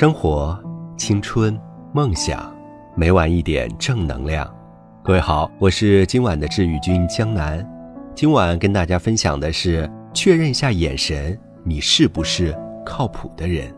生活、青春、梦想，每晚一点正能量。各位好，我是今晚的治愈君江南。今晚跟大家分享的是，确认一下眼神，你是不是靠谱的人。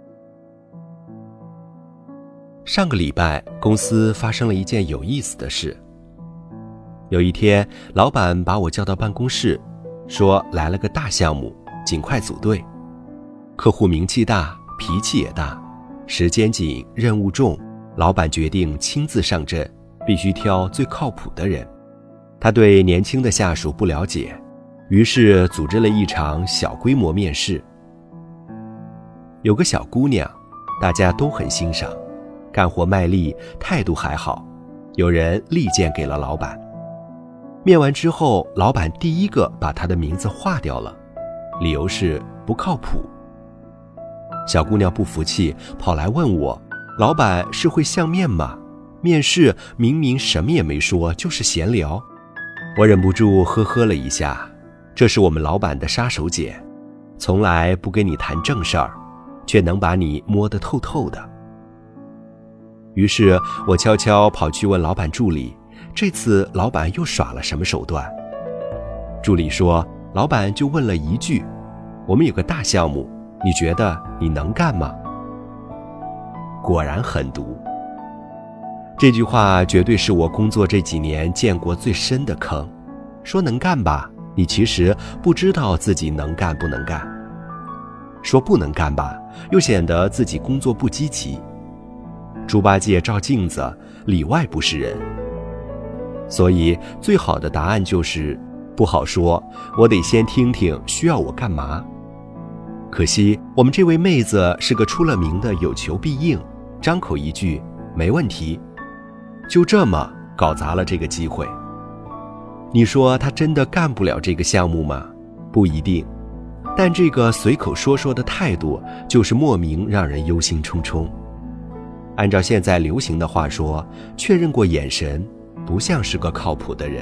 上个礼拜，公司发生了一件有意思的事。有一天，老板把我叫到办公室，说来了个大项目，尽快组队。客户名气大，脾气也大，时间紧，任务重，老板决定亲自上阵，必须挑最靠谱的人。他对年轻的下属不了解，于是组织了一场小规模面试。有个小姑娘，大家都很欣赏，干活卖力，态度还好，有人力荐给了老板。面完之后，老板第一个把她的名字划掉了，理由是不靠谱。小姑娘不服气，跑来问我，老板是会相面吗？面试明明什么也没说，就是闲聊。我忍不住呵呵了一下，这是我们老板的杀手锏，从来不跟你谈正事儿，却能把你摸得透透的。于是我悄悄跑去问老板助理，这次老板又耍了什么手段？助理说，老板就问了一句，我们有个大项目，你觉得你能干吗？果然狠毒。这句话绝对是我工作这几年见过最深的坑。说能干吧，你其实不知道自己能干不能干；说不能干吧，又显得自己工作不积极。猪八戒照镜子，里外不是人。所以最好的答案就是不好说，我得先听听需要我干嘛。可惜我们这位妹子是个出了名的有求必应，张口一句没问题，就这么搞砸了这个机会。你说她真的干不了这个项目吗？不一定，但这个随口说说的态度就是莫名让人忧心忡忡。按照现在流行的话说，确认过眼神，不像是个靠谱的人。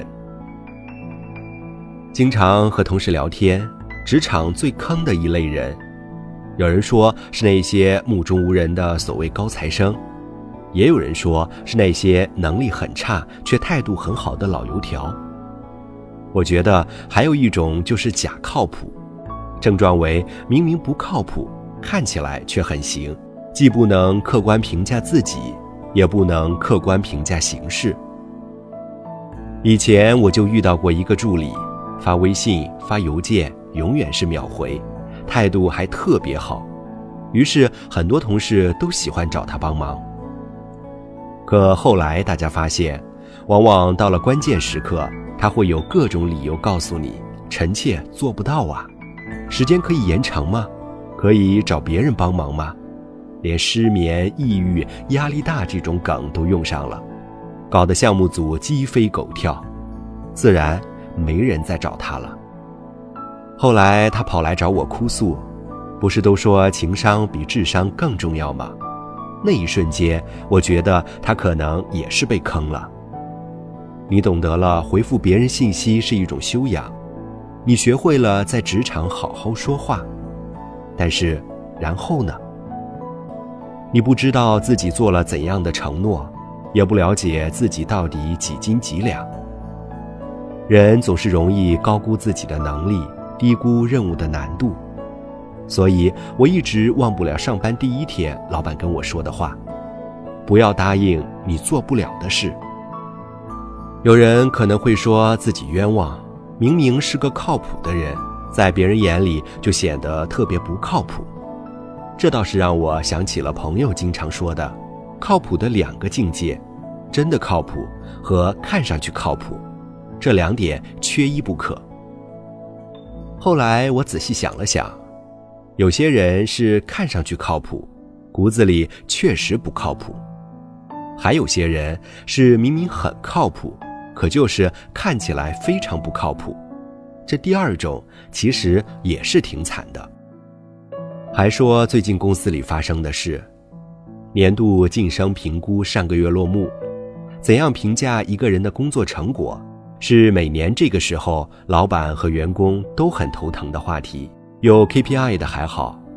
经常和同事聊天，职场最坑的一类人，有人说是那些目中无人的所谓高材生，也有人说是那些能力很差却态度很好的老油条。我觉得还有一种就是假靠谱，症状为明明不靠谱，看起来却很行，既不能客观评价自己，也不能客观评价形势。以前我就遇到过一个助理，发微信发邮件永远是秒回，态度还特别好，于是很多同事都喜欢找他帮忙。可后来大家发现，往往到了关键时刻，他会有各种理由告诉你，臣妾做不到啊，时间可以延长吗？可以找别人帮忙吗？连失眠、抑郁、压力大这种梗都用上了，搞得项目组鸡飞狗跳，自然没人再找他了。后来他跑来找我哭诉，不是都说情商比智商更重要吗？那一瞬间，我觉得他可能也是被坑了。你懂得了回复别人信息是一种修养，你学会了在职场好好说话，但是然后呢？你不知道自己做了怎样的承诺，也不了解自己到底几斤几两。人总是容易高估自己的能力，低估任务的难度。所以我一直忘不了上班第一天老板跟我说的话，不要答应你做不了的事。有人可能会说自己冤枉，明明是个靠谱的人，在别人眼里就显得特别不靠谱。这倒是让我想起了朋友经常说的，靠谱的两个境界，真的靠谱和看上去靠谱，这两点缺一不可。后来我仔细想了想，有些人是看上去靠谱，骨子里确实不靠谱；还有些人是明明很靠谱，可就是看起来非常不靠谱。这第二种其实也是挺惨的。还说最近公司里发生的事，年度晋升评估上个月落幕，怎样评价一个人的工作成果，是每年这个时候老板和员工都很头疼的话题。有 KPI 的还好，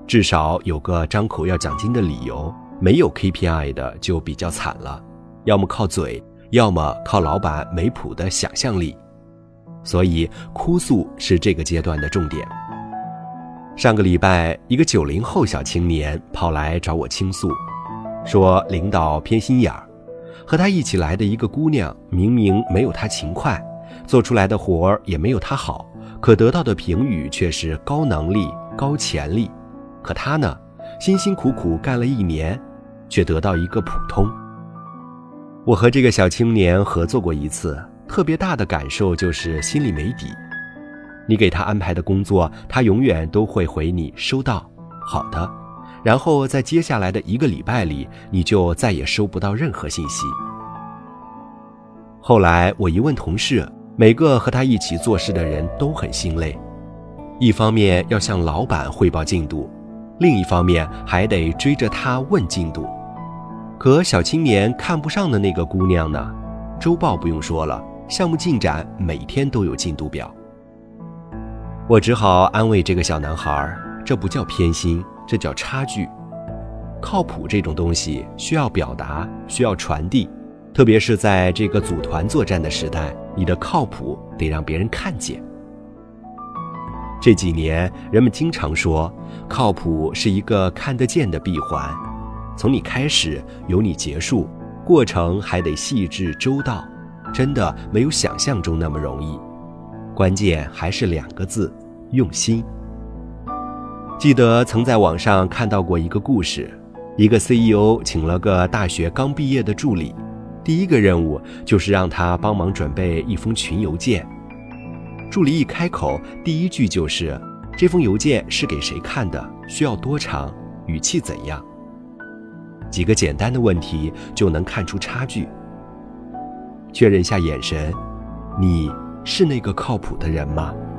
至少有个张口要奖金的理由，没有 KPI 的就比较惨了，要么靠嘴，要么靠老板没谱的想象力。所以哭诉是这个阶段的重点。上个礼拜，一个90后小青年跑来找我倾诉，说领导偏心眼儿，和他一起来的一个姑娘明明没有他勤快，做出来的活儿也没有他好，可得到的评语却是高能力、高潜力。可他呢，辛辛苦苦干了1年，却得到一个普通。我和这个小青年合作过一次，特别大的感受就是心里没底。你给他安排的工作，他永远都会回你收到，好的，然后在接下来的1个礼拜里，你就再也收不到任何信息。后来我一问同事，每个和他一起做事的人都很心累，一方面要向老板汇报进度，另一方面还得追着他问进度。可小青年看不上的那个姑娘呢，周报不用说了，项目进展每天都有进度表。我只好安慰这个小男孩，这不叫偏心，这叫差距。靠谱这种东西需要表达，需要传递，特别是在这个组团作战的时代，你的靠谱得让别人看见。这几年人们经常说，靠谱是一个看得见的闭环，从你开始有你结束，过程还得细致周到，真的没有想象中那么容易。关键还是2个字，用心。记得曾在网上看到过一个故事，一个 CEO 请了个大学刚毕业的助理，第一个任务就是让他帮忙准备一封群邮件。助理一开口，第一句就是这封邮件是给谁看的，需要多长，语气怎样。几个简单的问题就能看出差距。确认下眼神，你是那个靠谱的人吗？